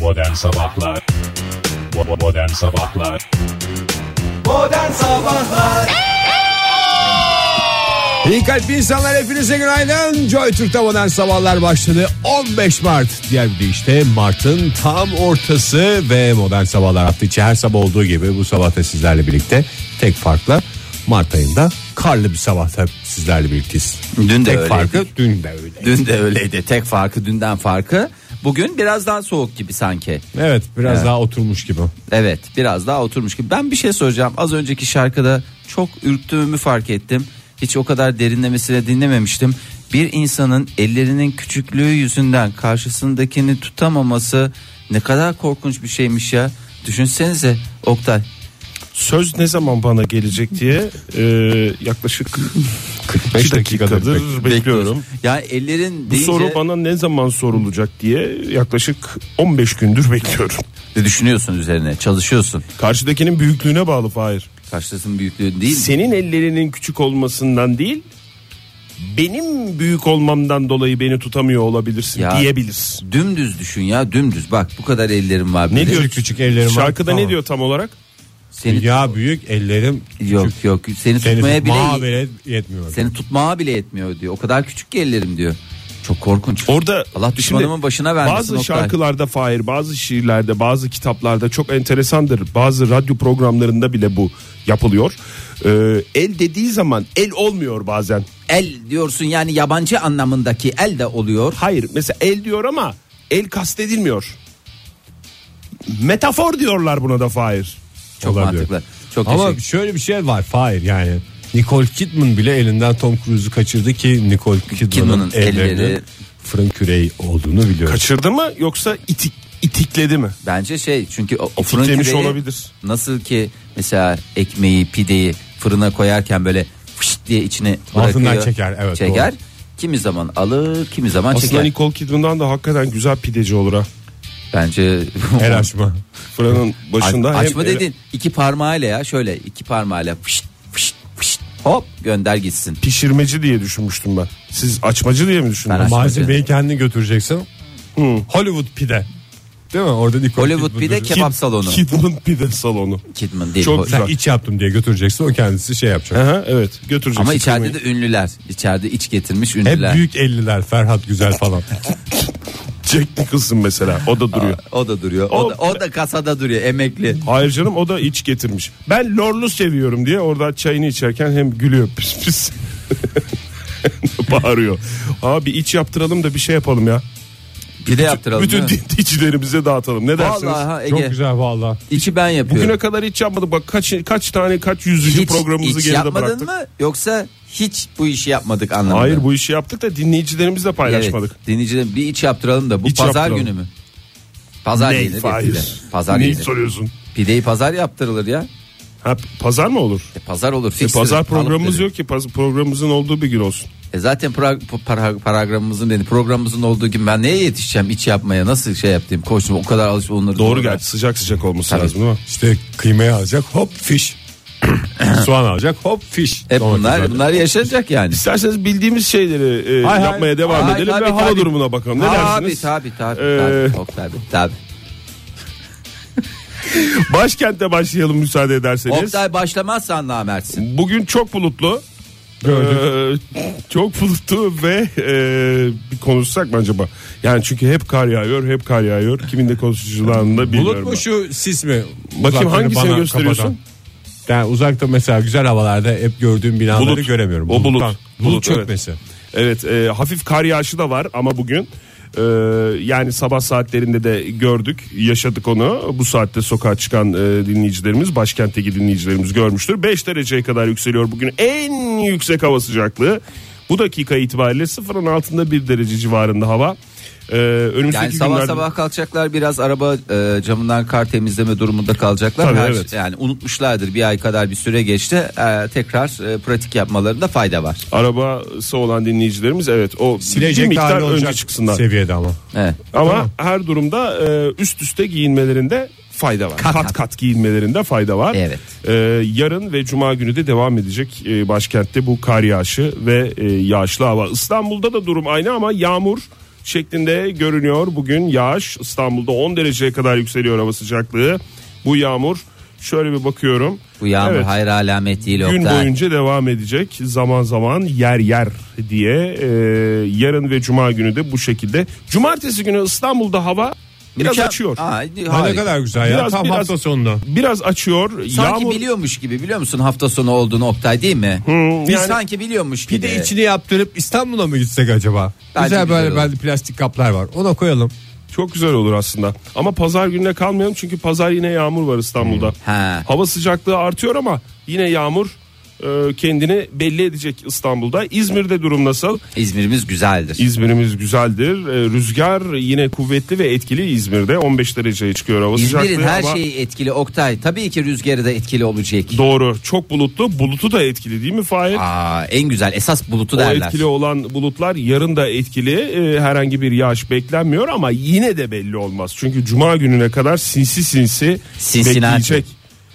Modern Sabahlar. Modern Sabahlar. Modern Sabahlar. İyi kalpli insanlar, hepinize günaydın. Joy Türk'te Modern Sabahlar başladı. 15 Mart diğer bir deyişle Mart'ın tam ortası ve Modern Sabahlar hafta içi her sabah olduğu gibi bu sabah da sizlerle birlikte, tek farkla Mart ayında karlı bir sabahta sizlerle birlikteyiz. Dün de tek öyleydi. farkı dün de öyleydi. Dün de öyleydi. Tek farkı dünden farkı. Bugün biraz daha soğuk gibi sanki. Evet, biraz Evet. daha oturmuş gibi. Evet, biraz daha oturmuş gibi. Ben bir şey soracağım. Az önceki şarkıda çok ürktüğümü fark ettim. Hiç o kadar derinlemesine dinlememiştim. Bir insanın ellerinin küçüklüğü yüzünden karşısındakini tutamaması ne kadar korkunç bir şeymiş ya. Düşünsenize Oktay. Söz ne zaman bana gelecek diye yaklaşık 45 dakikadır bekliyorum. Yani ellerin Bu deyince soru bana ne zaman sorulacak diye yaklaşık 15 gündür bekliyorum. düşünüyorsun üzerine, çalışıyorsun. Karşıdakinin büyüklüğüne bağlı Fahir. Karşısının büyüklüğü değil. Senin ellerinin küçük olmasından değil, benim büyük olmamdan dolayı beni tutamıyor olabilirsin Ya, diyebilirsin. Dümdüz düşün ya, dümdüz. Bak bu kadar ellerim var. Ne diyor? Küçük ellerim var. Şarkıda Tamam. ne diyor tam olarak? Seni Ya büyük ellerim yok küçük. yok seni tutmaya bile yetmiyor. Seni tutmaya bile yetmiyor diyor. O kadar küçük ki ellerim diyor. Çok korkunç. Orada Allah düşmanımın şimdi başına vermesin. bazı Oktay. şarkılarda Fahir, bazı şiirlerde, bazı kitaplarda çok enteresandır. Bazı radyo programlarında bile bu yapılıyor. El dediği zaman el olmuyor bazen. El diyorsun yani yabancı anlamındaki el de oluyor. Hayır, mesela el diyor ama el kastedilmiyor. Metafor diyorlar buna da Fahir. Çok Olabilir. mantıklı. Çok Ama teşekkür. şöyle bir şey var Fahir, yani Nicole Kidman bile elinden Tom Cruise'u kaçırdı ki Nicole Kidman'ın Kidman'ın ellerinin elleri- fırın küreği olduğunu biliyoruz. Kaçırdı mı yoksa itikledi mi? Bence çünkü o fırın İtiklemiş küreği olabilir. nasıl ki mesela ekmeği, pideyi fırına koyarken böyle fışt diye içine bırakıyor. Altından çeker, evet, Çeker. doğru. Kimi zaman alır, kimi zaman Aslında çeker. Nicole Kidman'dan da hakikaten güzel pideci olur ha. Bence El açma. Fırının başında açma dedin iki parmağıyla ya, şöyle iki parmağıyla fışt fışt fışt hop gönder gitsin. pişirmeci diye düşünmüştüm ben. Siz açmacı diye mi düşündünüz? Ben Malzemeyi kendin götüreceksin. Hollywood pide. Değil mi? Orada Nicole Hollywood Kidman pide götürecek. kebap salonu. Kidman pide salonu. Kidman değil. Çok O- güzel. Sen iç yaptım diye götüreceksin, o kendisi şey yapacak. Aha, evet, götüreceksin. Ama içeride de ünlüler. İçeride iç getirmiş ünlüler. Hep büyük 50'ler, Ferhat Güzel falan. Jack Nicholson mesela, o da duruyor. O da duruyor. O da kasada duruyor, emekli. Hayır canım, o da iç getirmiş. Ben lorlu seviyorum diye orada çayını içerken hem gülüyor pis pis. Bağırıyor. Abi iç yaptıralım da bir şey yapalım ya. Pide yaptıralım. Bütün değil mi? dinleyicilerimize dağıtalım. Ne dersiniz? Vallahi ha, Ege. Çok güzel valla. İçi ben yapıyorum. Bugüne kadar hiç yapmadık. Bak kaç yüzüncü programımızı hiç geride yapmadın bıraktık. mı? Yoksa hiç bu işi yapmadık anlamında. Hayır, bu işi yaptık da dinleyicilerimizle paylaşmadık. Evet, dinleyiciler bir iç yaptıralım da bu İç pazar yaptıralım. günü mü? Pazar Ney yenir ya Fahir? pide. Pazar Neyi yenir. soruyorsun? Pideyi pazar yaptırılır ya. Ha, pazar mı olur? Pazar olur. fikstir. Pazar programımız Alıp verir. yok ki. Programımızın olduğu bir gün olsun. Zaten programımızın olduğu gün ben neye yetişeceğim iç yapmaya, nasıl şey yaptım, koştum o kadar alışıp onları Doğru, doğru gerçi sıcak sıcak olması Tabii. lazım değil mi? İşte kıymayı alacak, hop fiş. Soğan alacak, hop fiş. Hep Domates bunlar yaşanacak yani. İsterseniz bildiğimiz şeyleri Hay hay. yapmaya devam Ay, edelim tabii, ve hava tabii. durumuna bakalım. Ne dersiniz? Tabii. Tabii. Başkentte başlayalım müsaade ederseniz. Oktay başlamazsan namertsin. Bugün çok bulutlu. Çok bulutlu ve bir konuşsak mı acaba? Yani çünkü hep kar yağıyor. Kimin de konuşacağını bilmiyorum. Bulut mu şu sis mi? Bakayım Uzakları hangisini bana gösteriyorsun? kapatan. Yani uzakta mesela güzel havalarda hep gördüğüm binaları Bulut. göremiyorum. O bulut. Buluttan. Bulut, Bulut çökmesi. Evet, hafif kar yağışı da var ama bugün yani sabah saatlerinde de gördük, yaşadık onu. Bu saatte sokağa çıkan dinleyicilerimiz, başkentteki dinleyicilerimiz görmüştür. 5 dereceye kadar yükseliyor bugün en yüksek hava sıcaklığı. Bu dakika itibariyle sıfırın altında 1 derece civarında hava. Önümüzdeki Yani sabah günlerde... sabah kalkacaklar, biraz araba camından kar temizleme durumunda kalacaklar. Tabii, evet. Yani unutmuşlardır, bir ay kadar bir süre geçti. Tekrar pratik yapmalarında fayda var. Arabası olan dinleyicilerimiz evet o bir Silecek miktar hali önce olacak çıksınlar. seviyede ama. Evet. Ama her durumda üst üste giyinmelerinde fayda var. Kat giyinmelerinde fayda var. Evet. Yarın ve cuma günü de devam edecek başkentte bu kar yağışı ve yağışlı hava. İstanbul'da da durum aynı ama yağmur şeklinde görünüyor. Bugün yağış İstanbul'da 10 dereceye kadar yükseliyor hava sıcaklığı. Bu yağmur şöyle bir bakıyorum. Bu yağmur hayır alamet değil Oktay. Gün boyunca devam edecek, zaman zaman yer diye yarın ve cuma günü de bu şekilde. Cumartesi günü İstanbul'da hava biraz açıyor. Ne kadar güzel ya, tam hafta sonunda. Biraz açıyor. Sanki biliyormuş gibi, biliyor musun hafta sonu olduğunu Oktay, değil mi? Biz yani sanki biliyormuş gibi. Pide içini yaptırıp İstanbul'a mı gitsek acaba? Bence Güzel güzel böyle olur. bende plastik kaplar var, ona koyalım. Çok güzel olur aslında. Ama pazar gününe kalmayalım çünkü pazar yine yağmur var İstanbul'da. Hava sıcaklığı artıyor ama yine yağmur kendini belli edecek İstanbul'da. İzmir'de durum nasıl? İzmir'imiz güzeldir. İzmir'imiz güzeldir. Rüzgar yine kuvvetli ve etkili İzmir'de. 15 dereceye çıkıyor hava sıcaklığı. İzmir'in her ama şeyi etkili Oktay. Tabii ki rüzgarı da etkili olacak. doğru. Çok bulutlu. Bulutu da etkili değil mi Fahir? En güzel esas bulutu O derler. etkili olan bulutlar yarın da etkili. Herhangi bir yağış beklenmiyor ama yine de belli olmaz. Çünkü cuma gününe kadar sinsi bekleyecek.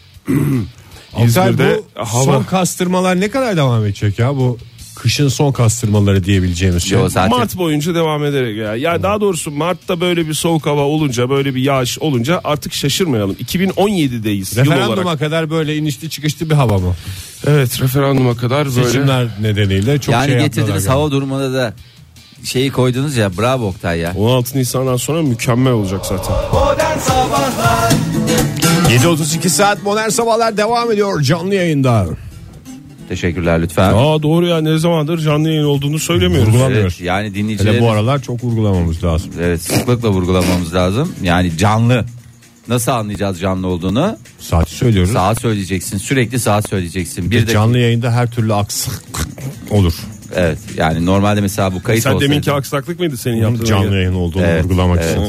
İzmir'de son kastırmalar ne kadar devam edecek ya, bu kışın son kastırmaları diyebileceğimiz şey. Mart boyunca devam ederek ya daha doğrusu Mart'ta böyle bir soğuk hava olunca, böyle bir yağış olunca artık şaşırmayalım. 2017'deyiz. Referanduma kadar böyle inişli çıkışlı bir hava mı? Evet, referanduma kadar böyle. Seçimler nedeniyle çok yani şey getirdiniz hava durumuna da şeyi koydunuz ya, bravo Oktay ya. 16 Nisan'dan sonra mükemmel olacak zaten. Modern Sabahlar 7.32 saat Modern Sabahlar devam ediyor canlı yayında. Teşekkürler lütfen. Doğru ya, ne zamandır canlı yayın olduğunu söylemiyoruz. Evet, yani dinleyiciler. Hele bu aralar çok vurgulamamız lazım. Evet, sıklıkla vurgulamamız lazım. Yani canlı. Nasıl anlayacağız canlı olduğunu? Saati söylüyoruz. Saat söyleyeceksin. Sürekli saat söyleyeceksin. Bir canlı yayında her türlü aksaklık olur. Evet, yani normalde mesela bu kayıt olsaydı. Sen deminki aksaklık mıydı senin yaptığın? Canlı yayın olduğunu vurgulamak için.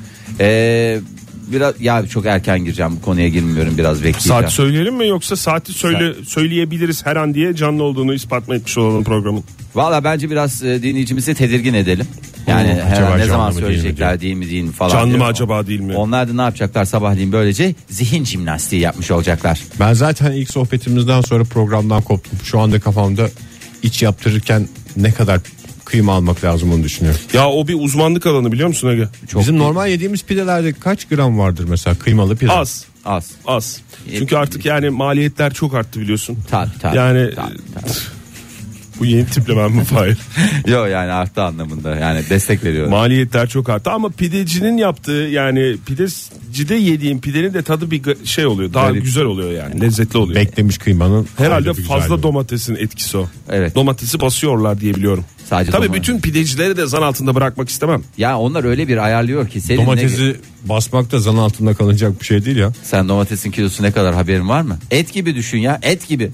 Biraz ya çok erken gireceğim, bu konuya girmiyorum, biraz bekleyeceğim. Saat söyleyelim mi, yoksa saati söyleyebiliriz her an diye canlı olduğunu ispat mı etmiş olalım programın? Valla bence biraz dinleyicimizi tedirgin edelim. Yani ne zaman söyleyecekler, değil mi falan. Canlı diyor. mı acaba, değil mi? Onlar da ne yapacaklar sabahleyin, böylece zihin jimnastiği yapmış olacaklar. Ben zaten ilk sohbetimizden sonra programdan koptum. Şu anda kafamda iç yaptırırken ne kadar kıyma almak lazım onu düşünüyorum. Ya o bir uzmanlık alanı, biliyor musun Ege? Bizim normal yediğimiz pidelerde kaç gram vardır mesela kıymalı pide? Az. Çünkü artık yani maliyetler çok arttı, biliyorsun. Tabii. Yani bu yeni tiplemem mi Fahir? Yok yani arttı anlamında, yani destek veriyorum. Maliyetler çok arttı ama pidecinin yaptığı, yani pidecide yediğim pidenin de tadı bir şey oluyor. Daha güzel oluyor yani, lezzetli oluyor. Beklemiş kıymanın. Herhalde fazla domatesin etkisi o. Evet. Domatesi basıyorlar diye biliyorum. Sadece tabii bütün pidecileri de zan altında bırakmak istemem. Ya onlar öyle bir ayarlıyor ki. Domatesi basmak da zan altında kalacak bir şey değil ya. Sen domatesin kilosu ne kadar haberin var mı? Et gibi düşün ya, et gibi.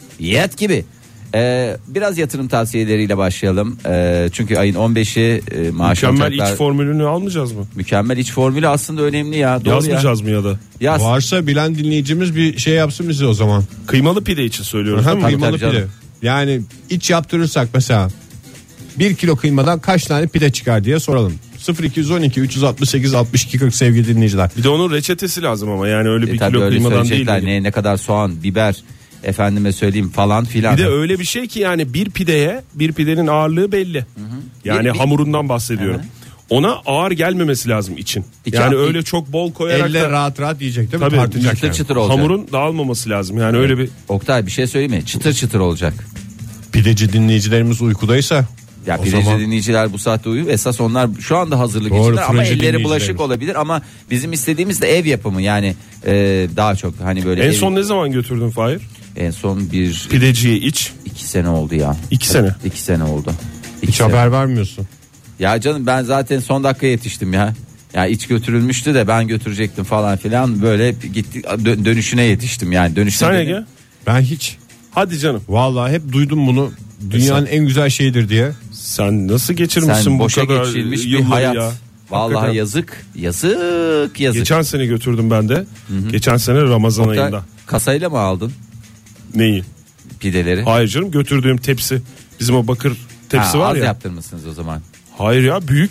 Biraz yatırım tavsiyeleriyle başlayalım. Çünkü ayın 15'i maaş Mükemmel alacaklar. iç formülünü almayacağız mı? Mükemmel iç formülü aslında önemli ya. Doğru yazmayacağız mı ya da? Yaz. Varsa bilen dinleyicimiz bir şey yapsın bize o zaman. Kıymalı pide için söylüyoruz değil mi? Kıymalı pide. Yani iç yaptırırsak mesela 1 kilo kıymadan kaç tane pide çıkar diye soralım. 0212 368 62 40 sevgili dinleyiciler. Bir de onun reçetesi lazım ama yani öyle bir kilo öyle kıymadan değil. Ne kadar soğan, biber, efendime söyleyeyim falan filan. Bir de öyle bir şey ki yani bir pidenin ağırlığı belli. Yani hamurundan bahsediyorum. Ona ağır gelmemesi lazım için. Yani öyle çok bol koyarak elle da rahat yiyecek değil mi? Tabii, tartacak çıtır yani. çıtır olacak. Hamurun dağılmaması lazım. Yani öyle bir. Oktay bir şey söyleyeyim mi? Çıtır çıtır olacak. Pideci dinleyicilerimiz uykudaysa. Ya pideci dinleyiciler bu saatte uyuyor. Esas onlar şu anda hazırlık içinde ama elleri bulaşık olabilir, ama bizim istediğimiz de ev yapımı yani daha çok hani böyle. En son ne zaman götürdün Fahir? En son bir pideciye 2 sene oldu ya. 2 sene. 2 sene oldu. Hiç haber vermiyorsun. Ya canım ben zaten son dakika yetiştim ya. Ya iç götürülmüştü de ben götürecektim falan filan, böyle gitti dönüşüne yetiştim yani. Dönüşüne. Sen Ege? Ben hiç. Hadi canım. Vallahi hep duydum bunu. Dünyanın en güzel şeyidir diye. Sen nasıl geçirmişsin bu kadar geçirilmiş bir hayat. Ya. Vallahi hakikaten. Yazık. Geçen sene götürdüm ben de. Hı-hı. Geçen sene Ramazan ayında. Kasayla mı aldın? Neyi? Pideleri. Hayır canım, götürdüğüm tepsi. Bizim o bakır tepsi var az ya. Az yaptırmışsınız o zaman. Hayır ya, büyük.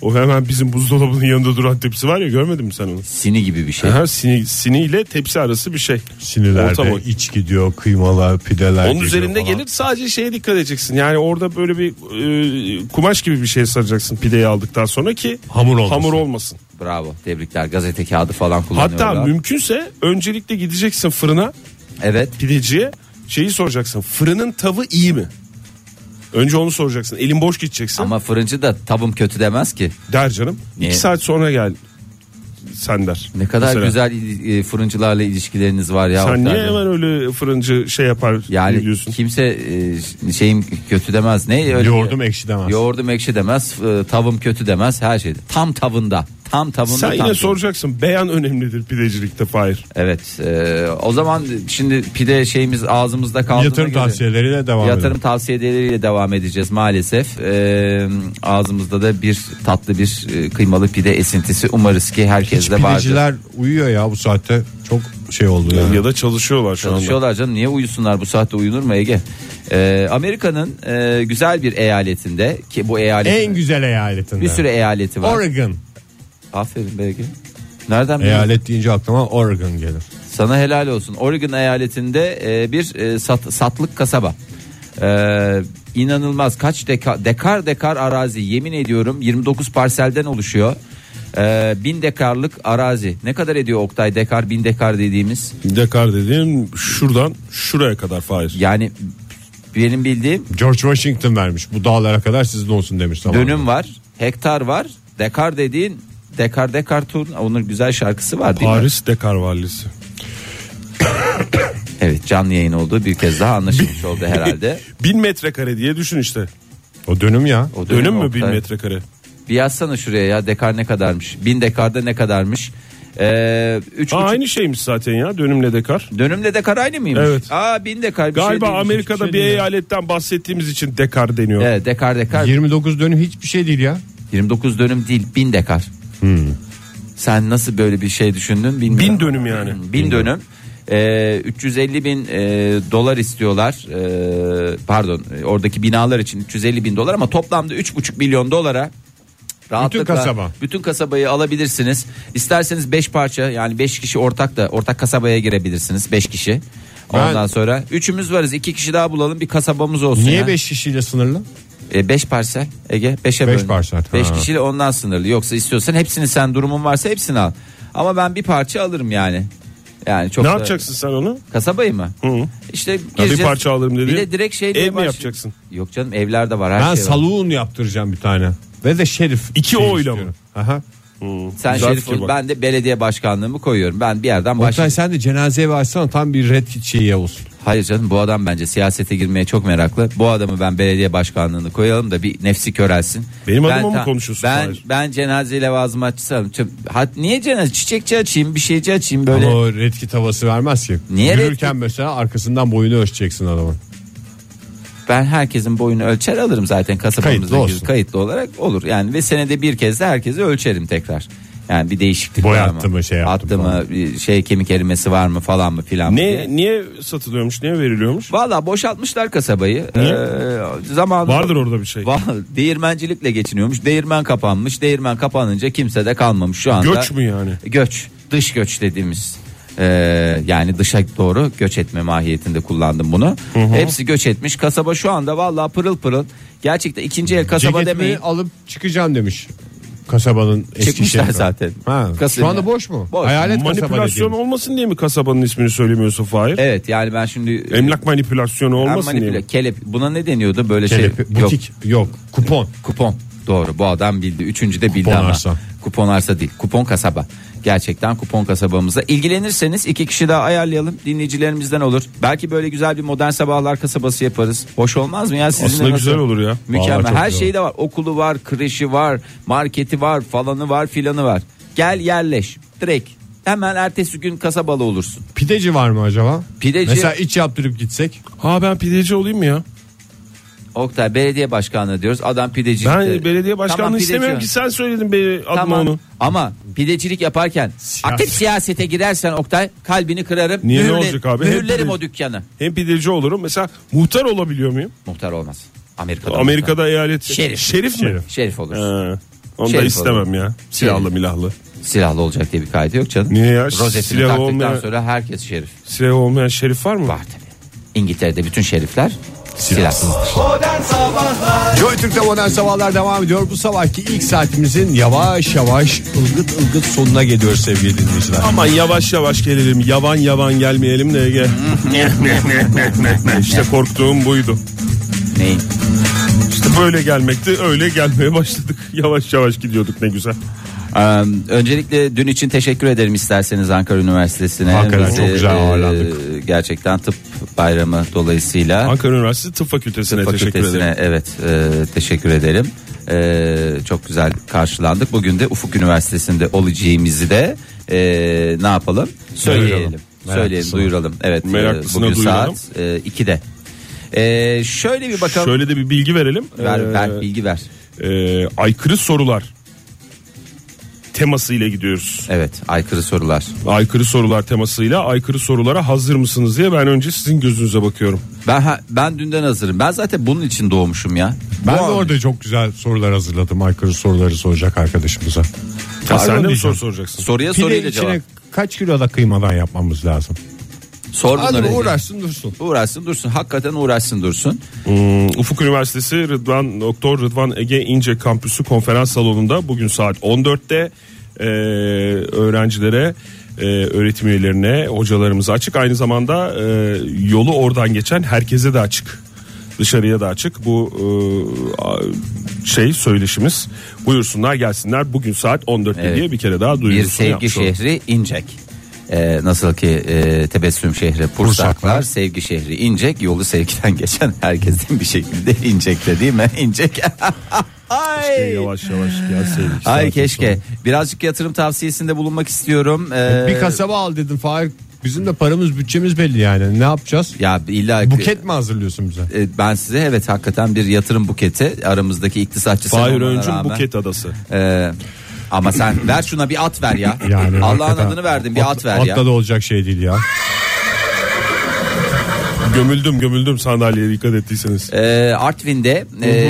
O hemen bizim buzdolabının yanında duran tepsi var ya, görmedin mi sen onu? Sini gibi bir şey. Aha, sini ile tepsi arası bir şey. Sinirlerde Orta boy. iç gidiyor, kıymalar, pideler. Onun üzerinde falan. gelir, sadece şeye dikkat edeceksin. Yani orada böyle bir kumaş gibi bir şey saracaksın pideyi aldıktan sonra ki Hamur olmasın. Bravo, tebrikler. Gazete kağıdı falan kullanıyorlar. Hatta mümkünse öncelikle gideceksin fırına, Evet. pideciye, şeyi soracaksın. Fırının tavı iyi mi? Önce onu soracaksın. Elin boş gideceksin. Ama fırıncı da tavım kötü demez ki. Der canım. Niye? 2 saat sonra gel sen der. Ne kadar Mesela. güzel fırıncılarla ilişkileriniz var ya. Sen Oktay niye Bey. hemen öyle fırıncı şey yapar Yani diyorsun? kimse şeyim kötü demez. Ne öyle? Yoğurdum ekşi demez. Yoğurdum ekşi demez. Tavım kötü demez. Her şey. Tam tavında. Tam tavında. Sen tam yine tavında. soracaksın. Beyan önemlidir pidecilikte, Fahir. Evet. O zaman şimdi pide şeyimiz ağzımızda kaldığına Yatırım göre. tavsiyeleriyle devam Yatırım edelim. tavsiyeleriyle devam edeceğiz maalesef. Ağzımızda da bir tatlı bir kıymalı pide esintisi. Umarız ki herkes de vardır. Pideciler uyuyor ya bu saatte. Çok şey oldu yani. Ya da çalışıyorlar şu anda. Çalışıyorlar canım, niye uyusunlar, bu saatte uyunur mu Ege? Amerika'nın güzel bir eyaletinde, ki bu eyalet En güzel eyaletinde. bir sürü eyaleti var. Oregon. Aferin be Ege. Nereden biliyorsun? Eyalet deyince aklıma Oregon gelir. Sana helal olsun. Oregon eyaletinde bir satlık kasaba. İnanılmaz kaç dekar arazi, yemin ediyorum 29 parselden oluşuyor. 1000 dekarlık arazi. Ne kadar ediyor Oktay dekar, 1000 dekar dediğimiz? Dekar dediğim şuradan şuraya kadar, Fahir. Yani benim bildiğim George Washington vermiş. Bu dağlara kadar sizin olsun demiş. Tamam. dönüm var, hektar var. Dekar dediğin dekar tur. Onun güzel şarkısı var değil mi? Paris Dekar Valisi. Evet, canlı yayın olduğu bir kez daha anlaşılmış oldu herhalde. 1000 metrekare diye düşün işte. O dönüm ya. O Dönüm mü Oktay? 1000 metrekare? Bir yazsana şuraya ya, dekar ne kadarmış? 1000 dekarda ne kadarmış? 3,5 Aynı şeymiş zaten ya, dönümle dekar. dönümle dekar aynı mıymış? Evet. 1000 dekar bir Galiba şey değilmiş. Amerika'da hiçbir bir şey değil ya. eyaletten bahsettiğimiz için dekar deniyor. Evet, dekar 29 dönüm hiçbir şey değil ya. 29 dönüm değil, 1000 dekar. Sen nasıl böyle bir şey düşündün bilmiyorum. 1000 dönüm yani. 1000 dönüm. 350 bin dolar istiyorlar. Pardon, oradaki binalar için 350 bin dolar, ama toplamda 3,5 milyon dolara rahatlıkla kasaba. bütün kasabayı alabilirsiniz. İsterseniz 5 parça, yani 5 kişi ortak kasabaya girebilirsiniz, 5 kişi. Ondan sonra üçümüz varız, 2 kişi daha bulalım, bir kasabamız olsun. Niye ya. 5 kişiyle sınırlı? 5 parsel Ege, 5'e Beş bölün. parsel, 5 ha. kişiyle ondan sınırlı. Yoksa istiyorsan hepsini, sen durumun varsa hepsini al. Ama ben bir parça alırım yani. Yani çok Ne da- yapacaksın sen onu? Kasabayı mı? Hı. İşte bir gireceğiz. parça alırım dedi. Bir de direkt şey diye Ev mi yapacaksın? Yok canım, evler de var, her Ben şey var. saloon yaptıracağım bir tane. Ve de şerif. İki şey oyla istiyorum. mı? Aha. Sen Güzel şerif fikir ol, bak. ben de belediye başkanlığımı koyuyorum. Ben bir yerden Oktay başlayayım. sen de cenazeye açsana, tam bir red şeyi olsun. Hayır canım, bu adam bence siyasete girmeye çok meraklı. Bu adamı ben belediye başkanlığını koyalım da bir nefsi körelsin. Benim adıma mı konuşuyorsun? Hayır. Ben cenaze levazımatçısı alayım. Niye cenaze? Çiçekçi açayım, bir şeyci açayım böyle. Ama o red kit havası vermez ki. Niye red Yürürken kit? mesela arkasından boyunu ölçeceksin adamın. Ben herkesin boyunu ölçer alırım zaten kasabamızda. Kayıtlı olsun. Kayıtlı olarak olur. Yani ve senede bir kez de herkesi ölçerim tekrar. Yani bir değişiklik Boy var attı mı, şey yaptı attı mı, bir şey kemik erimesi var mı falan mı filan mı diye. Niye satılıyormuş? Niye veriliyormuş? Valla boşaltmışlar kasabayı. Niye? Zamanında Vardır orada bir şey. Değirmencilikle geçiniyormuş. Değirmen kapanmış. Değirmen kapanınca kimse de kalmamış şu anda. Göç mü yani? Göç. Dış göç dediğimiz. Yani dışa doğru göç etme mahiyetinde kullandım bunu. Hepsi göç etmiş. Kasaba şu anda valla pırıl pırıl. Gerçekten ikinci el kasaba Ceketimi demeyin. alıp çıkacağım demiş. Kasabanın eski Çıkmışlar şerifi. zaten. Ha, Kasım şu anda ya. boş mu? Boş. Hayalet kasaba Manipülasyon dediğimiz. olmasın diye mi kasabanın ismini söylemiyorsun Fahir? Evet, yani ben şimdi Emlak manipülasyonu olmasın diye mi? kelep, buna ne deniyordu böyle Kelepi, şey? butik yok kupon. Kupon. Doğru, bu adam bildi. Üçüncü de bildi Kupon ama. arsa. Kupon arsa değil. Kupon kasaba. Gerçekten kupon kasabamıza ilgilenirseniz 2 kişi daha ayarlayalım. Dinleyicilerimizden olur. Belki böyle güzel bir modern sabahlar kasabası yaparız. Hoş olmaz mı ya? Sizinle Aslında nasıl? güzel olur ya. Mükemmel. Vallahi çok Her güzel şeyi de var. Okulu var, kreşi var, marketi var, falanı var, filanı var. Gel yerleş. Direkt. Hemen ertesi gün kasabalı olursun. Pideci var mı acaba? Pideci. Mesela iç yaptırıp gitsek. Ha, ben pideci olayım mı ya? Oktay, belediye başkanlığı diyoruz. Adam pideci. Ben belediye başkanlığı Tamam, pideci istemiyorum ol. ki, sen söyledin adıma Tamam. onu. Ama pidecilik yaparken aktif siyasete girersen Oktay, kalbini kırarım. Niye, ne olacak abi? Mühürlerim Hep o dükkanı. Hem pideci olurum. Mesela muhtar olabiliyor muyum? Muhtar olmaz. Amerika'da Amerika'da eyalet Şerif. Şerif mi? Şerif. Şerif olur. Ha. Onu da Şerif istemem olur. ya. Silahlı milahlı. Silahlı olacak diye bir kaydı yok canım. Niye ya? Rozetini Silahı taktıktan olmayan- sonra herkes şerif. Silahı olmayan şerif var mı? Var tabii. İngiltere'de bütün şerifler silahsızdır. Modern Sabahlar Joy Türk'te modern sabahlar devam ediyor. Bu sabahki ilk saatimizin yavaş yavaş ılgıt sonuna geliyor sevgili dinleyiciler. Aman yavaş yavaş gelelim. Yavan yavan gelmeyelim de Ege. İşte korktuğum buydu. Neyin? İşte böyle gelmekti. Öyle gelmeye başladık. Yavaş yavaş gidiyorduk, ne güzel. Öncelikle dün için teşekkür ederim isterseniz Ankara Üniversitesi'ne. Hakikaten Bizi, çok güzel ağırlandık. Gerçekten tıp bayramı dolayısıyla. Ankara Üniversitesi Tıp Fakültesi'ne teşekkür ederim. Evet, teşekkür ederim. Çok güzel karşılandık. Bugün de Ufuk Üniversitesi'nde olacağımızı da ne yapalım? Söyleyelim. Söyleyelim, duyuralım. Evet, Meraklısına bugün duyuralım. saat 2'de. Şöyle bir bakalım. Şöyle de bir bilgi verelim. Ver bilgi ver. Aykırı sorular temasıyla gidiyoruz. Evet, aykırı sorular. Aykırı sorular temasıyla, aykırı sorulara hazır mısınız diye ben önce sizin gözünüze bakıyorum. Ben dünden hazırım. Ben zaten bunun için doğmuşum ya. Ben de orada çok güzel sorular hazırladım. Aykırı soruları soracak arkadaşımıza. Ha, sen de mi diyeceğim. soru soracaksın? Soruya Pide soruyla içine cevap. kaç kiloda kıymadan yapmamız lazım? Sor Hadi bunları. uğraşsın dursun. Uğraşsın dursun. Hakikaten uğraşsın dursun. Ufuk Üniversitesi Doktor Rıdvan Ege İnce Kampüsü konferans salonunda bugün saat 14'te öğrencilere, öğretim üyelerine, hocalarımıza açık. Aynı zamanda yolu oradan geçen herkese de açık. Dışarıya da açık. Bu söyleşimiz. Buyursunlar gelsinler bugün saat 14'te Evet. diye bir kere daha Bir duyurusunu sevgi yapmış olduk. şehri İncek. Nasıl ki tebessüm şehri Pursaklar, sevgi şehri İncek, yolu sevgiden geçen herkesin bir şekilde İncek'te değil mi? İncek. Ay. Yavaş yavaş gelseydik. Ay Saatin keşke. sonu. Birazcık yatırım tavsiyesinde bulunmak istiyorum. Bir kasaba al dedim Fahir. Bizim de paramız bütçemiz belli yani. Ne yapacağız? Ya illa Buket mi hazırlıyorsun bize? Ben size evet hakikaten bir yatırım buketi, aramızdaki iktisatçı sen Fahir olmana Öncül rağmen. Buket Adası. Ama sen ver şuna bir at ver ya. Yani Allah'ın hakikaten adını verdim, bir at ver ya. Atla da olacak şey değil ya. Gömüldüm sandalyeye, dikkat ettiyseniz. Artvin'de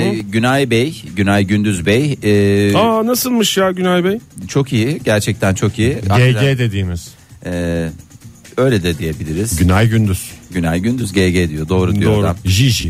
Günay Gündüz Bey Nasılmış ya Günay Bey? çok iyi, gerçekten çok iyi. GG dediğimiz. Öyle de diyebiliriz. Günay Gündüz. Günay Gündüz GG diyor, doğru diyor Doğru. adam. Jiji.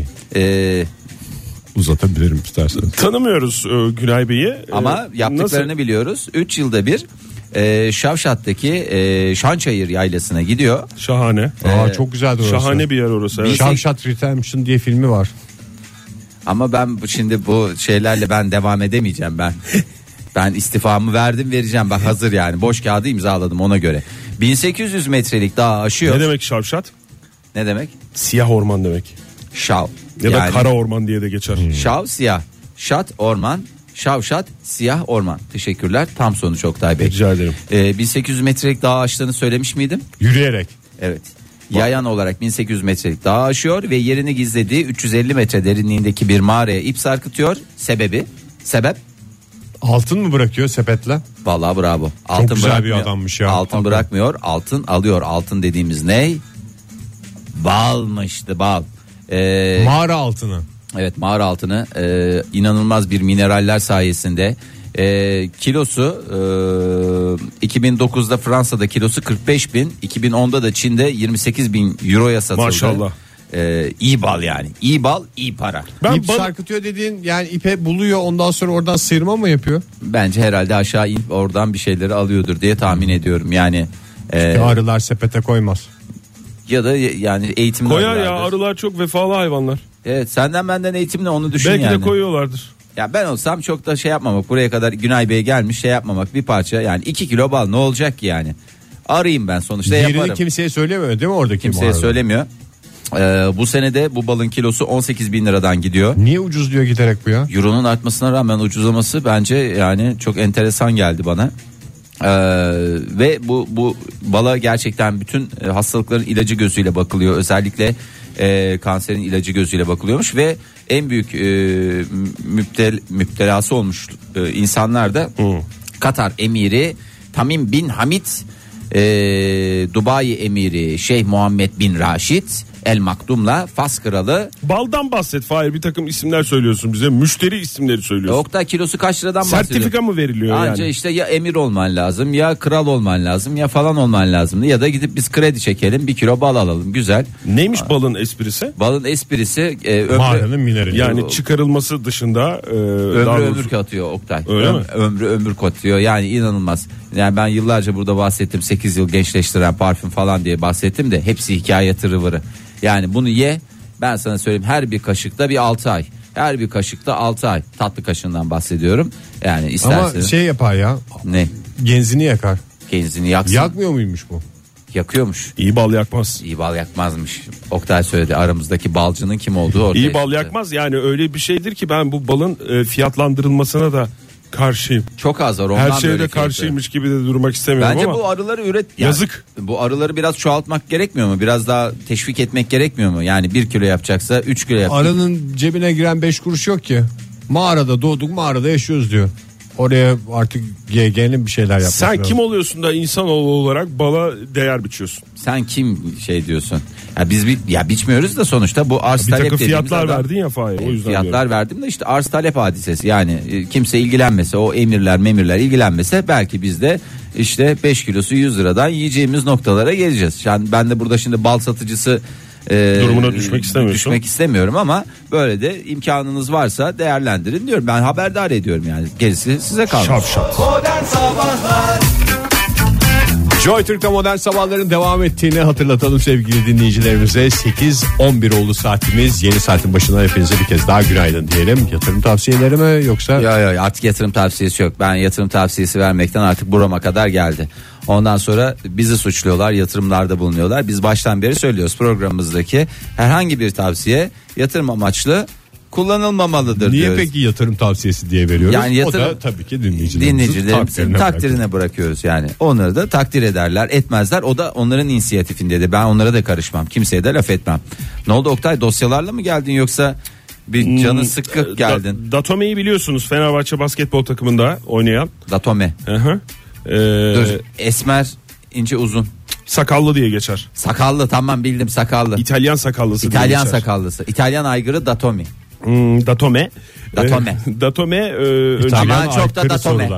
Uzatabilirim isterseniz. Tanımıyoruz Günay Bey'i. Ama yaptıklarını biliyoruz. 3 yılda bir Şavşat'taki Şançayır yaylasına gidiyor. Şahane. Çok güzeldi orası. Şahane bir yer orası. Evet. Şavşat Redemption diye filmi var. Ama ben şimdi bu şeylerle ben devam edemeyeceğim ben. Ben istifamı vereceğim. Bak hazır yani. Boş kağıdı imzaladım ona göre. 1800 metrelik dağı aşıyor. Ne demek şavşat? Ne demek? Siyah orman demek. Şav. Ya da Yani kara orman diye de geçer. Şav siyah. Şat orman. Şavşat siyah orman. Teşekkürler. Tam sonuç Oktay Bey. Rica ederim. 1800 metrelik dağ aştığını söylemiş miydim? Yürüyerek. Evet. Yayan olarak 1800 metrelik dağı aşıyor ve yerini gizlediği 350 metre derinliğindeki bir mağaraya ip sarkıtıyor. Sebep? Altın mı bırakıyor sepetle? Vallahi bravo. Altın güzel bir bırakmıyor. adammış ya. Altın Hakikaten. bırakmıyor, altın alıyor. Altın dediğimiz ne? Balmıştı, bal. Mağara altını. Evet, mağara altını inanılmaz bir mineraller sayesinde kilosu 2009'da Fransa'da kilosu 45 bin, 2010'da da Çin'de 28 bin euroya satıldı. Maşallah. İyi bal yani. İyi bal, iyi para. Ben İp sarkıtıyor dediğin yani ipe buluyor ondan sonra oradan sıyırma mı yapıyor? Bence herhalde aşağı inip oradan bir şeyleri alıyordur diye tahmin ediyorum. Yani Arılar sepete koymaz. ya da yani eğitimli koyar ya, arılardır. arılar çok vefalı hayvanlar. Evet, senden benden eğitimle onu düşün Belki yani. de koyuyorlardır. Ya ben olsam çok da şey yapmamak, buraya kadar Günay Bey gelmiş şey yapmamak, bir parça yani 2 kilo bal ne olacak ki yani. Arayayım ben sonuçta, Yerini yaparım. kimseye söylemiyor değil mi oradaki Kimseye mağarada? söylemiyor. Bu senede bu balın kilosu 18 bin liradan gidiyor. Niye ucuz diyor giderek bu ya? Euro'nun artmasına rağmen ucuzlaması bence yani çok enteresan geldi bana. Ve bu bala gerçekten bütün hastalıkların ilacı gözüyle bakılıyor. Özellikle kanserin ilacı gözüyle bakılıyormuş ve en büyük müptelası olmuş insanlar da Katar emiri Tamim bin Hamid, Dubai emiri Şeyh Muhammed bin Raşid, El Maktum'la Fas Kralı. Baldan bahset Fahir, bir takım isimler söylüyorsun bize, müşteri isimleri söylüyorsun. Oktay, kilosu kaç liradan bahsediyorsun? Sertifika mı veriliyor Anca yani? işte ya emir olman lazım, ya kral olman lazım, ya falan olman lazım, ya da gidip biz kredi çekelim, 1 kilo bal alalım. Güzel. Neymiş balın esprisi? Balın esprisi Mağaranın minerali. Yani çıkarılması dışında ömür katıyor Oktay. Öyle mi? Ömür katıyor. Yani inanılmaz. Yani ben yıllarca burada bahsettim, 8 yıl gençleştiren parfüm falan diye bahsettim de hepsi hikaye tırıvırı. Yani bunu ye, ben sana söyleyeyim, her bir kaşıkta bir 6 ay. Her bir kaşıkta 6 ay. Tatlı kaşığından bahsediyorum. Yani isterseniz. Ama şey yapar ya. Ne? Genzini yakar. Genzini yaksın. Yakmıyor muymuş bu? Yakıyormuş. İyi bal yakmaz. İyi bal yakmazmış. Oktay söyledi, aramızdaki balcının kim olduğu ortaya İyi bal çıktı. yakmaz, yani öyle bir şeydir ki ben bu balın fiyatlandırılmasına da karşıyım. Çok az var ondan. Her böyle şeyde fiyatı. karşıymış gibi de durmak istemiyorum Bence ama. bu arıları Yazık. Bu arıları biraz çoğaltmak gerekmiyor mu? Biraz daha teşvik etmek gerekmiyor mu? Yani 1 kilo yapacaksa 3 kilo yapacak. Arının cebine giren 5 kuruş yok ki. Mağarada doğduk, mağarada yaşıyoruz diyor. Oraya artık GG'nin bir şeyler yapması Sen lazım. kim oluyorsun da insanoğlu olarak bala değer biçiyorsun? Sen kim şey diyorsun? Ya biz biçmiyoruz da sonuçta bu arz Bir talep takım dediğimiz fiyatlar adam- verdin ya Fahir, o yüzden Fiyatlar diyorum. verdim de işte arz talep hadisesi. Yani kimse ilgilenmese, o emirler ilgilenmese belki biz de işte 5 kilosu 100 liradan yiyeceğimiz noktalara geleceğiz. Yani ben de burada şimdi bal satıcısı Durumuna düşmek istemiyorsun. Düşmek istemiyorum ama böyle de imkanınız varsa değerlendirin diyorum. Ben haberdar ediyorum yani. Gerisi size kalmış. Şapşat. Modern Sabahlar Joy Türk'te modern sabahların devam ettiğini hatırlatalım sevgili dinleyicilerimize. 8:11 oldu saatimiz. Yeni saatin başından hepinize bir kez daha günaydın diyelim. Yatırım tavsiyeleri mi yoksa? Ya artık yatırım tavsiyesi yok. Ben yatırım tavsiyesi vermekten artık burama kadar geldi. Ondan sonra bizi suçluyorlar, yatırımlarda bulunuyorlar. Biz baştan beri söylüyoruz, programımızdaki herhangi bir tavsiye yatırım amaçlı kullanılmamalıdır Niye diyoruz. peki yatırım tavsiyesi diye veriyoruz? Yani O da tabii ki dinleyicilerimizin takdirine bırakıyoruz yani. Onları da takdir ederler, etmezler. O da onların inisiyatifindedir. Ben onlara da karışmam. Kimseye de laf etmem. Ne oldu Oktay, dosyalarla mı geldin yoksa bir canın sıkkı geldin? Datome'yi biliyorsunuz, Fenerbahçe basketbol takımında oynayan. Datome. Hı-hı. Dur, esmer, ince, uzun. Sakallı diye geçer. Sakallı, tamam bildim, sakallı. İtalyan sakallısı diye İtalyan geçer. sakallısı. İtalyan aygırı Datomi. Datome. Datome. Datome önce Ama çok da Datome.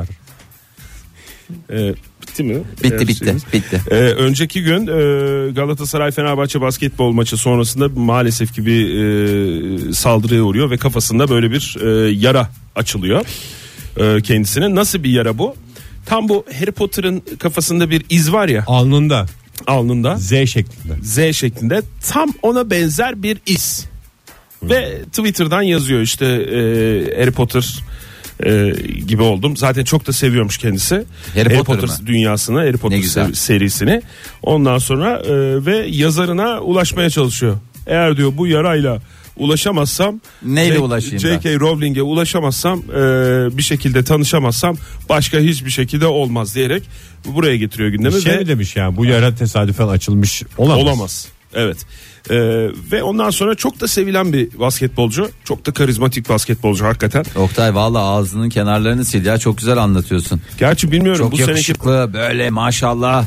bitti mi? Bitti. Önceki gün Galatasaray Fenerbahçe basketbol maçı sonrasında maalesef ki bir saldırıya uğruyor ve kafasında böyle bir yara açılıyor kendisine. Nasıl bir yara bu? Tam bu Harry Potter'ın kafasında bir iz var ya, alnında Z şeklinde. Z şeklinde, tam ona benzer bir iz. Ve Twitter'dan yazıyor işte Harry Potter gibi oldum. Zaten çok da seviyormuş kendisi. Harry Potter dünyasını, Harry Potter serisini. Ondan sonra ve yazarına ulaşmaya çalışıyor. Eğer diyor bu yarayla ulaşamazsam, neyle ulaşayım ben? J.K. Rowling'e ulaşamazsam, bir şekilde tanışamazsam başka hiçbir şekilde olmaz diyerek buraya getiriyor gündemi. Şey mi demiş yani, bu yara tesadüfen açılmış olamaz. Evet. Ve ondan sonra çok da sevilen bir basketbolcu, çok da karizmatik basketbolcu hakikaten. Oktay valla ağzının kenarlarını sil ya, çok güzel anlatıyorsun. Gerçi bilmiyorum, Çok bu yakışıklı böyle maşallah.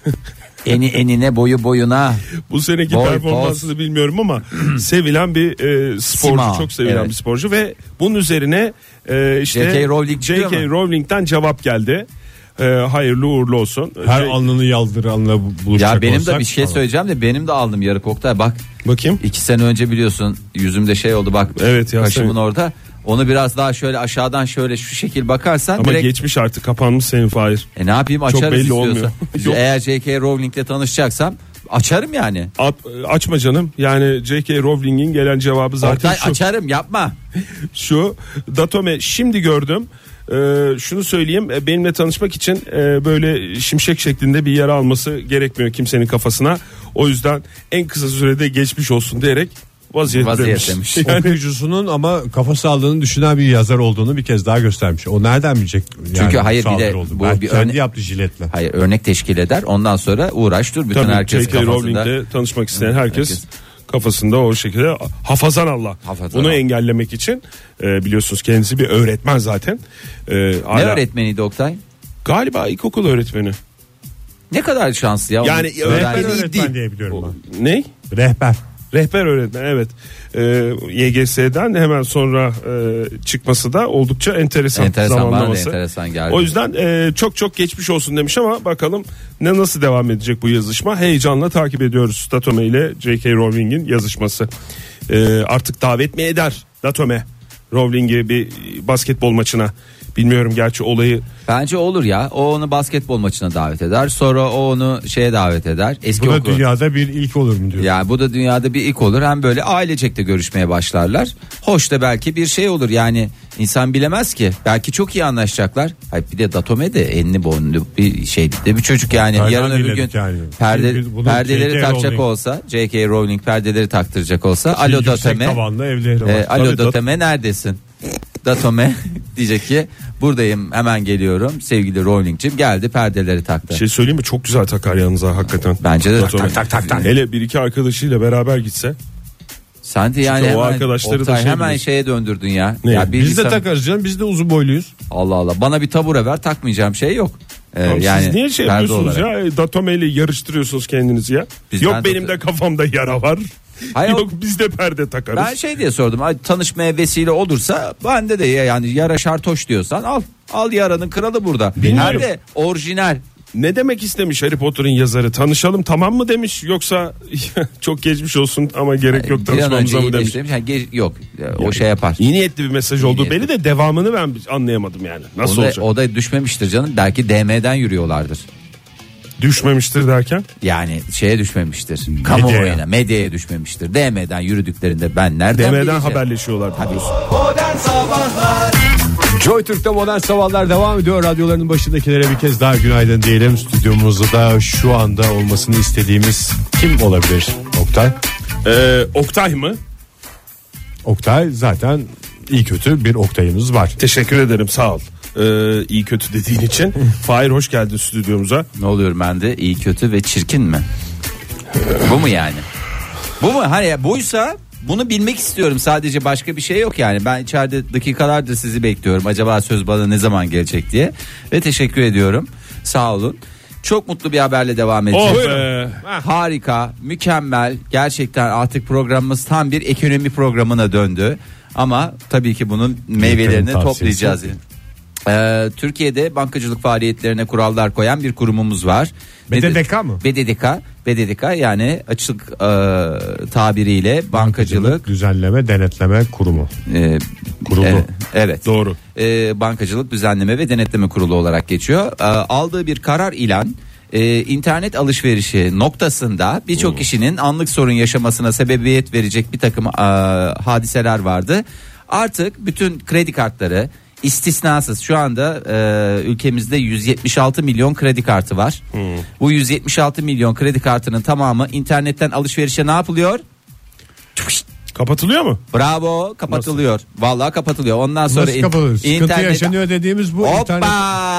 Enine boyu boyuna. Bu seneki Boy, performansını bilmiyorum ama sevilen bir sporcu, Sima. çok sevilen Evet. bir sporcu ve bunun üzerine işte J.K. Rowling çıkıyor J.K. mu? Rowling'den cevap geldi. Hayırlı uğurlu olsun. Her alnını yaldıranla buluşacak Ya benim olsak, de bir şey söyleyeceğim de benim de aldım yarık Oktay, bak. Bakayım. 2 sene önce biliyorsun yüzümde şey oldu bak. Evet ya, kaşımın senin. orada. Onu biraz daha şöyle aşağıdan şöyle şu şekil bakarsan Ama direkt geçmiş artık, kapanmış senin Fahir. ne yapayım, Çok açarız belli istiyorsan. olmuyor. Yok. Eğer J.K. Rowling'le tanışacaksam açarım yani. Açma canım. Yani J.K. Rowling'in gelen cevabı zaten Oktay şu. açarım, yapma. Şu Datome, şimdi gördüm. Şunu söyleyeyim, benimle tanışmak için böyle şimşek şeklinde bir yara alması gerekmiyor kimsenin kafasına. O yüzden en kısa sürede geçmiş olsun diyerek vaziyet demiş. Yani, okuyucusunun ama kafa sağlığını düşünen bir yazar olduğunu bir kez daha göstermiş. O nereden bilecek? Yani Çünkü hayır, bir de saldırı oldu. bu Belki bir kendi örne- yaptı jiletle. Hayır, örnek teşkil eder. Ondan sonra uğraş dur, bütün tabii herkes J.K. kafasında. Rowling'le tanışmak isteyen herkes kafasında o şekilde hafazan Allah. Hafazan Bunu Allah. engellemek için biliyorsunuz kendisi bir öğretmen zaten. Ne öğretmeniydi Oktay? Galiba ilkokul öğretmeni. Ne kadar şanslı ya. Yani Onun rehber Rehber öğrendiği öğretmen dil. diye biliyorum ben. Ne? Rehber. Rehber öğretmen, evet. YGS'den hemen sonra çıkması da oldukça enteresan zamanlaması. Enteresan geldi. O yüzden çok geçmiş olsun demiş ama bakalım nasıl devam edecek bu yazışma. Heyecanla takip ediyoruz Datome ile J.K. Rowling'in yazışması. Artık davet mi eder Datome Rowling'i bir basketbol maçına? Bilmiyorum gerçi olayı. Bence olur ya. O onu basketbol maçına davet eder. Sonra o onu şeye davet eder. Eski Bu da dünyada bir ilk olur mu diyor. Yani bu da dünyada bir ilk olur. Hem böyle ailecek de görüşmeye başlarlar. Hoş da belki bir şey olur. Yani insan bilemez ki. Belki çok iyi anlaşacaklar. Hayır, bir de Datome de enli boynlu bir şeydi de bir çocuk yani. Nereden yarın öbür gün yani? perdeleri J.K. takacak Rowling. olsa, J.K. Rowling perdeleri taktıracak olsa, alo Datome. Tavanlı evleri var. Alo Datome neredesin? Datome diyecek ki buradayım, hemen geliyorum. Sevgili Rowling'cim geldi, perdeleri taktı. Bir şey söyleyeyim mi? Çok güzel takar yalnız hakikaten. Bence de Datome. tak. Hele bir iki arkadaşıyla beraber gitse. Sen de yani o hemen, arkadaşları da Oktay, şey hemen biliyorsun. şeye döndürdün ya. Ne? Ya Biz de takarız canım, biz de uzun boyluyuz. Allah Allah, bana bir tabure ver, takmayacağım şey yok. Yani siz niye şey perde yapıyorsunuz olarak. ya? Datome ile yarıştırıyorsunuz kendinizi ya. Bizden Yok benim de kafamda yara var. Hayır, Yok biz de perde takarız. Ben şey diye sordum. Tanışmaya vesile olursa bende de yani yara şartoş diyorsan al yaranın kralı burada. Bilmiyorum. Nerede orijinal? Ne demek istemiş Harry Potter'ın yazarı? Tanışalım tamam mı demiş, yoksa çok geçmiş olsun ama gerek yok Bir an önce tanışmamıza mı demiş? iyileştirmiş. Yok o şey yapar. İyi niyetli bir mesaj İyi olduğu niyetli. belli de devamını ben anlayamadım yani. Nasıl olacak? O da düşmemiştir canım. Belki DM'den yürüyorlardır. Düşmemiştir derken? Yani şeye düşmemiştir. Kamuoyuna, medyaya düşmemiştir. DM'den yürüdüklerinde ben nereden DM'den bileceğim? haberleşiyorlar. Modern Sabahlar Joy Türk'te modern sabahlar devam ediyor. Radyoların başındakilere bir kez daha günaydın diyelim. Stüdyomuzda da şu anda olmasını istediğimiz kim olabilir Oktay? Oktay mı? Oktay zaten iyi kötü bir Oktay'ımız var. Teşekkür ederim, sağ ol. İyi kötü dediğin için. Fahir hoş geldin stüdyomuza. Ne oluyor bende? İyi kötü ve çirkin mi? Bu mu yani? Bu mu? Hani buysa bunu bilmek istiyorum, sadece başka bir şey yok yani. Ben içeride dakikalardır sizi bekliyorum. Acaba söz bana ne zaman gelecek diye. Ve teşekkür ediyorum. Sağ olun. Çok mutlu bir haberle devam edeceğiz. Oh be. Harika, mükemmel. Gerçekten artık programımız tam bir ekonomi programına döndü. Ama tabii ki bunun meyvelerini tavsiyesi. toplayacağız. Türkiye'de bankacılık faaliyetlerine kurallar koyan bir kurumumuz var. BDDK mı? BDDK yani açık tabiriyle bankacılık Düzenleme Denetleme Kurumu. Kurulu. Evet. Doğru. Bankacılık Düzenleme ve Denetleme Kurulu olarak geçiyor. Aldığı bir karar ilan internet alışverişi noktasında birçok kişinin anlık sorun yaşamasına sebebiyet verecek bir takım hadiseler vardı. Artık bütün kredi kartları istisnasız, şu anda ülkemizde 176 milyon kredi kartı var. Bu 176 milyon kredi kartının tamamı internetten alışverişe ne yapılıyor? Kapatılıyor mu? Bravo, kapatılıyor. Vallahi kapatılıyor. Ondan sonra Nasıl kapatılıyor? Sıkıntı yaşanıyor dediğimiz bu. Hoppa! internet.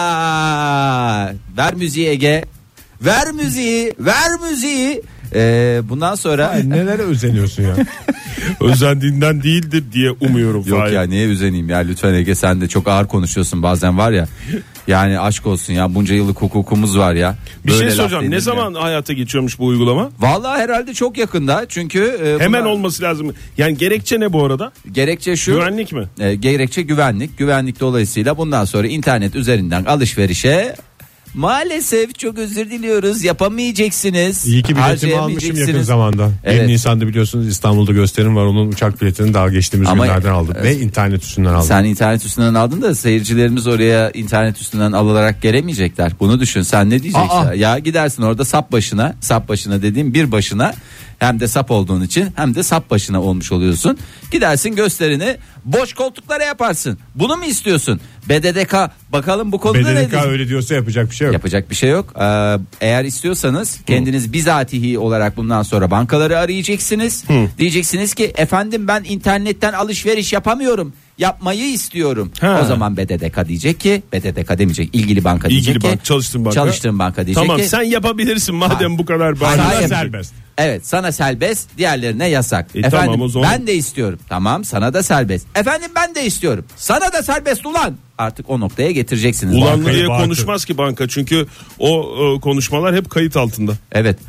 Ver müziği Ege. Ver müziği. Bundan sonra Ay, nelere özeniyorsun ya? Özendiğinden değildir diye umuyorum. yok Fahir. ya, niye üzeneyim ya, lütfen Ege, sen de çok ağır konuşuyorsun bazen var ya. Yani aşk olsun ya, bunca yıllık hukukumuz var ya. Bir Böyle şey laf soracağım. Ne denir zaman ya. hayata geçiyormuş bu uygulama? Vallahi herhalde çok yakında, çünkü Hemen buna- olması lazım. Yani gerekçe ne bu arada? Gerekçe şu. Güvenlik mi? Gerekçe güvenlik. Güvenlik dolayısıyla bundan sonra internet üzerinden alışverişe maalesef, çok özür diliyoruz, yapamayacaksınız. İyi ki biletimi almışım Harcayamayacaksınız. yakın zamanda. Evet. 1 Nisan'da biliyorsunuz İstanbul'da gösterim var. Onun uçak biletini daha geçtiğimiz Ama- günlerden aldım. Ve internet üstünden aldım. Sen internet üstünden aldın da seyircilerimiz oraya internet üstünden alarak gelemeyecekler. Bunu düşün, sen ne diyeceksin? Aa. Ya gidersin orada sap başına dediğim bir başına, hem de sap olduğun için hem de sap başına olmuş oluyorsun. Gidersin gösterini boş koltuklara yaparsın. Bunu mu istiyorsun? BDDK bakalım bu konuda ne BDDK diyecek? öyle diyorsa yapacak bir şey yok. Yapacak bir şey yok. Eğer istiyorsanız kendiniz bizatihi olarak bundan sonra bankaları arayacaksınız. Diyeceksiniz ki efendim ben internetten alışveriş yapamıyorum. Yapmayı istiyorum. Ha. O zaman BDDK diyecek ki, BDDK demeyecek, ilgili banka diyecek İlgili ki, banka, çalıştığın banka. diyecek Tamam, ki sen yapabilirsin madem Ha. bu kadar. Hayır, Sana hayır. serbest. Evet, sana serbest, diğerlerine yasak. Tamam, Efendim o zaman. ben de istiyorum. Tamam, sana da serbest. Efendim ben de istiyorum. Sana da serbest ulan. Artık o noktaya getireceksiniz. Ulanlı Bankayı diye bağırtın. konuşmaz ki banka, çünkü o konuşmalar hep kayıt altında. Evet.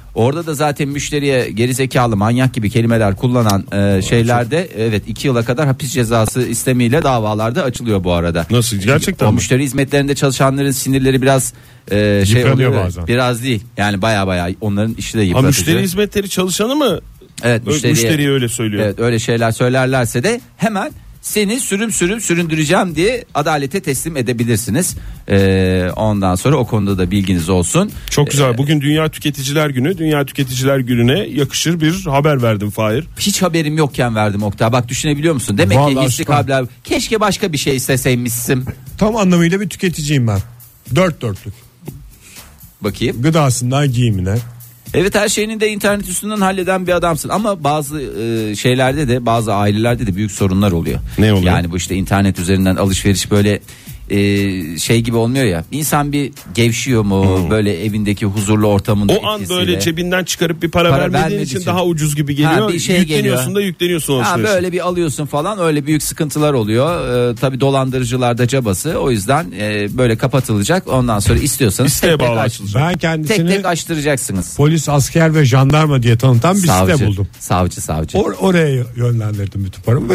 Orada da zaten müşteriye gerizekalı, manyak gibi kelimeler kullanan şeylerde evet 2 yıla kadar hapis cezası istemiyle davalarda açılıyor bu arada. Nasıl, gerçekten o mi? müşteri hizmetlerinde çalışanların sinirleri biraz şey oluyor bazen. Biraz değil. Yani baya onların işi de yıpratıcı. Müşteri hizmetleri çalışanı mı? Evet, müşteriye öyle söylüyor. Evet, öyle şeyler söylerlerse de hemen seni süründüreceğim diye adalete teslim edebilirsiniz. Ondan sonra o konuda da bilginiz olsun. Çok güzel. Bugün Dünya Tüketiciler Günü. Dünya Tüketiciler Günü'ne yakışır bir haber verdim Fahir. Hiç haberim yokken verdim Oktay. Bak düşünebiliyor musun? Demek Vallahi ki istikabler. Keşke başka bir şey isteseymişsin. Tam anlamıyla bir tüketiciyim ben. Dört dörtlük. Bakayım. Gıdasından giyimine. Evet, her şeyini de internet üstünden halleden bir adamsın ama bazı şeylerde de, bazı ailelerde de büyük sorunlar oluyor. Ne oluyor? Yani bu işte internet üzerinden alışveriş böyle şey gibi olmuyor ya. İnsan bir gevşiyor mu böyle evindeki huzurlu ortamında O an etkisiyle. böyle cebinden çıkarıp bir para vermediğin vermediği için için daha ucuz gibi geliyor. bir şey yükleniyorsun geliyor. da yükleniyorsun alışverişe. Böyle bir alıyorsun falan, öyle büyük sıkıntılar oluyor. Tabii dolandırıcılarda cabası, o yüzden böyle kapatılacak. Ondan sonra istiyorsanız İsteğe tek tek bağlı açılacak. Ben kendisini Tek tek açtıracaksınız. polis, asker ve jandarma diye tanıtan bir site buldum. Savcı. Oraya yönlendirdim bütün paramı ve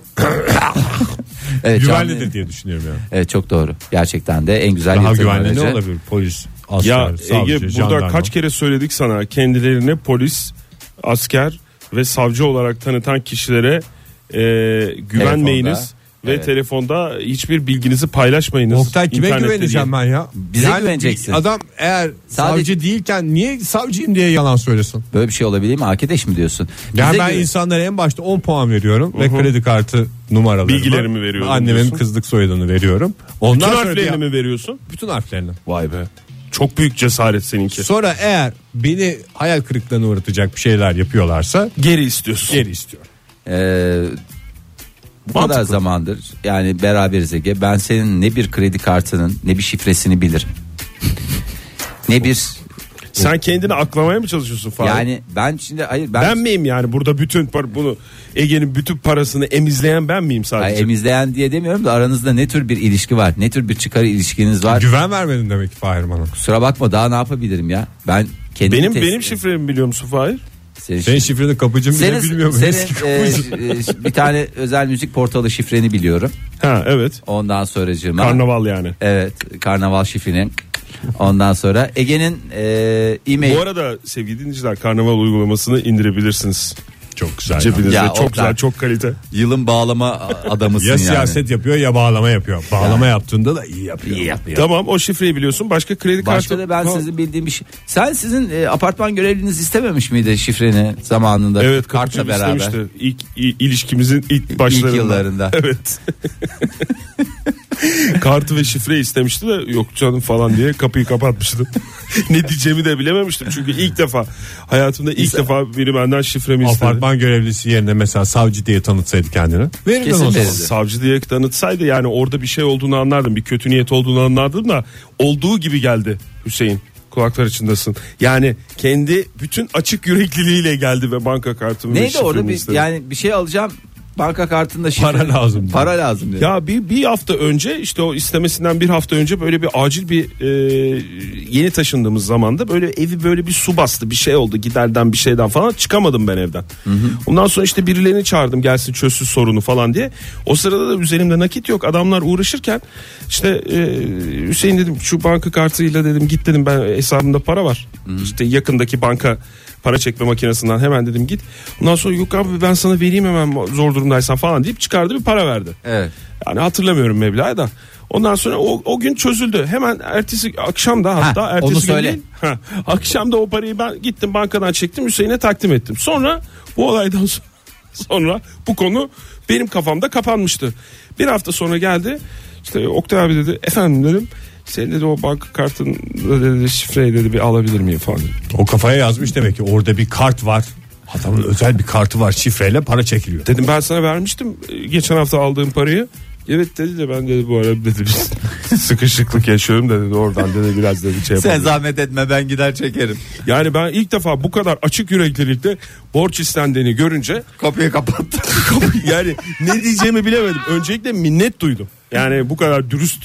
Evet, güvenlidir canlı- diye düşünüyorum yani. Evet, çok doğru. Gerçekten de en güzel Daha yatırım güvenli ne aracı. olabilir? Polis, asker, Ya savcı, Ege, burada jandarma. kaç kere söyledik sana, kendilerini polis, asker ve savcı olarak tanıtan kişilere güvenmeyiniz. Telefonda, Ve evet. telefonda hiçbir bilginizi paylaşmayınız. Oktay, kime İnternette güveneceğim diye. ben ya? Bize güveneceksin. bir adam eğer Sadece- savcı değilken niye savcıyım diye yalan söylesin? Böyle bir şey olabilir mi? Arkadaş mı diyorsun? Yani Bize ben güven- insanlara en başta 10 puan veriyorum ve kredi kartı numaralarımı, Bilgilerimi veriyorum annemin diyorsun. kızlık soyadını veriyorum. Ondan Bütün sonra harflerini diye- mi veriyorsun? bütün harflerini. Vay be. Çok büyük cesaret seninki. Sonra eğer beni hayal kırıklığına uğratacak bir şeyler yapıyorlarsa Geri istiyorsun. geri istiyorum. Bu kadar zamandır yani beraberiz Ege. Ben senin ne bir kredi kartının ne bir şifresini bilirim. Ne bir Sen kendini aklamaya mı çalışıyorsun falan? yani ben şimdi hayır Ben miyim yani burada bütün bunu Ege'nin bütün parasını emizleyen ben miyim sadece? Hayır, emizleyen diye demiyorum da aranızda ne tür bir ilişki var? Ne tür bir çıkar ilişkiniz var? Güven vermedin demek ki Fahir bana. Kusura bakma, daha ne yapabilirim ya? Ben kendimi Benim şifremi biliyor musun Fahir? Senin şifreni kapıcım bile bilmiyor mu? Eski kapıcı. bir tane özel müzik portalı şifreni biliyorum. Ha evet. Ondan sonracığıma Karnaval yani. evet, karnaval şifreni. Ondan sonra Ege'nin e-mail. Bu arada sevgili dinleyiciler, Karnaval uygulamasını indirebilirsiniz. Çok güzel. Cebinizde Ya, çok Oktay. güzel, çok kalite. Yılın bağlama adamısın Ya yani. siyaset yapıyor ya bağlama yapıyor. Bağlama yaptığında da iyi yapıyor. İyi yapıyor. Tamam, o şifreyi biliyorsun. Başka kredi Başka kartı. da ben Ha. sizin bildiğim bir şey. Sizin apartman görevliniz istememiş miydi şifreni zamanında? Evet, kartla kapıcı beraber. istemişti. İlişkimizin ilk başlarında. yıllarında. Evet. Kartı ve şifre istemişti de yok canım falan diye kapıyı kapatmıştım. Ne diyeceğimi de bilememiştim. Çünkü ilk defa hayatımda defa biri benden şifremi istedi. Apartman görevlisi yerine mesela savcı diye tanıtsaydı kendini. Verirdin Kesin o zaman. verirdi. Savcı diye tanıtsaydı yani orada bir şey olduğunu anlardım. Bir kötü niyet olduğunu anlardım da olduğu gibi geldi Hüseyin. Kulaklar içindesin. Yani kendi bütün açık yürekliliğiyle geldi ve banka kartımı ve Neydi orada şifremi bir istedi. yani bir şey alacağım, banka kartında şifre. Para lazım. Para lazım diyor. Ya bir hafta önce, işte o istemesinden bir hafta önce böyle bir acil bir yeni taşındığımız zamanda böyle evi böyle bir su bastı, bir şey oldu, giderden bir şeyden falan çıkamadım ben evden. Ondan sonra işte birilerini çağırdım gelsin çözsün sorunu falan diye. O sırada da üzerimde nakit yok, adamlar uğraşırken işte Hüseyin dedim şu banka kartıyla dedim git dedim, ben hesabımda para var. İşte yakındaki banka para çekme makinesinden hemen dedim git. Ondan sonra yok abi ben sana vereyim hemen zor durumdaysan falan deyip çıkardı, bir para verdi. Evet. Yani hatırlamıyorum meblağı da. Ondan sonra o gün çözüldü. Hemen ertesi akşam da hatta ertesi onu gün söyle. değil. Akşam da o parayı ben gittim bankadan çektim, Hüseyin'e takdim ettim. Sonra bu olaydan sonra bu konu benim kafamda kapanmıştı. Bir hafta sonra geldi. İşte Oktay abi dedi, efendim dedim. Senin dedi o banka kartın dedi şifreyi dedi bir alabilir miyim falan. O kafaya yazmış demek ki orada bir kart var. Adamın özel bir kartı var, şifreyle para çekiliyor. Dedim ben sana vermiştim geçen hafta aldığım parayı. Evet dedi de ben dedi bu ara dedi sıkışıklık yaşıyorum da dedi oradan dedi biraz dedi şey Sen yapalım. zahmet etme, ben gider çekerim. Yani ben ilk defa bu kadar açık yüreklilikle borç istendiğini görünce Kapıyı kapattım. yani ne diyeceğimi bilemedim. Öncelikle minnet duydum. Yani bu kadar dürüst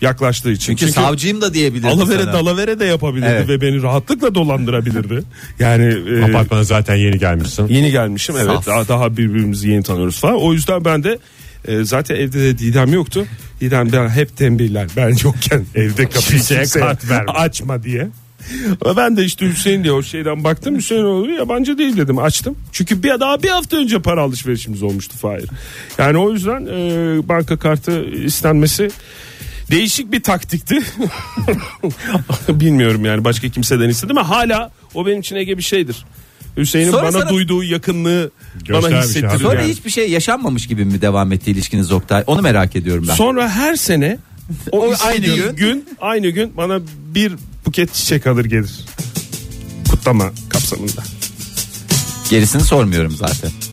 yaklaştığı için. Çünkü savcıyım da diyebilirdi alavere sana. dalavere de yapabilirdi Evet. ve beni rahatlıkla dolandırabilirdi. Yani Apartmana zaten yeni gelmişsin. yeni gelmişim, evet, Saf. daha birbirimizi yeni tanıyoruz falan. O yüzden ben de zaten evde de Didem yoktu. Didem ben hep tembihler, ben yokken evde kapıyı kimseye kart verme. açma diye. Ama ben de işte Hüseyin diye o şeyden baktım, Hüseyin oluyor, yabancı değil dedim, açtım. Çünkü daha bir hafta önce para alışverişimiz olmuştu Fahir. Yani o yüzden banka kartı istenmesi değişik bir taktikti. Bilmiyorum yani başka kimseden istedim ama hala o benim için Ege bir şeydir. Hüseyin'in Sonra bana sana- duyduğu yakınlığı bana Göstermiş hissettirir abi. Sonra yani. hiçbir şey yaşanmamış gibi mi devam etti ilişkiniz Oktay? Onu merak ediyorum ben. Sonra her sene O aynı aynı gün bana bir buket çiçek alır gelir. Kutlama kapsamında. Gerisini sormuyorum zaten.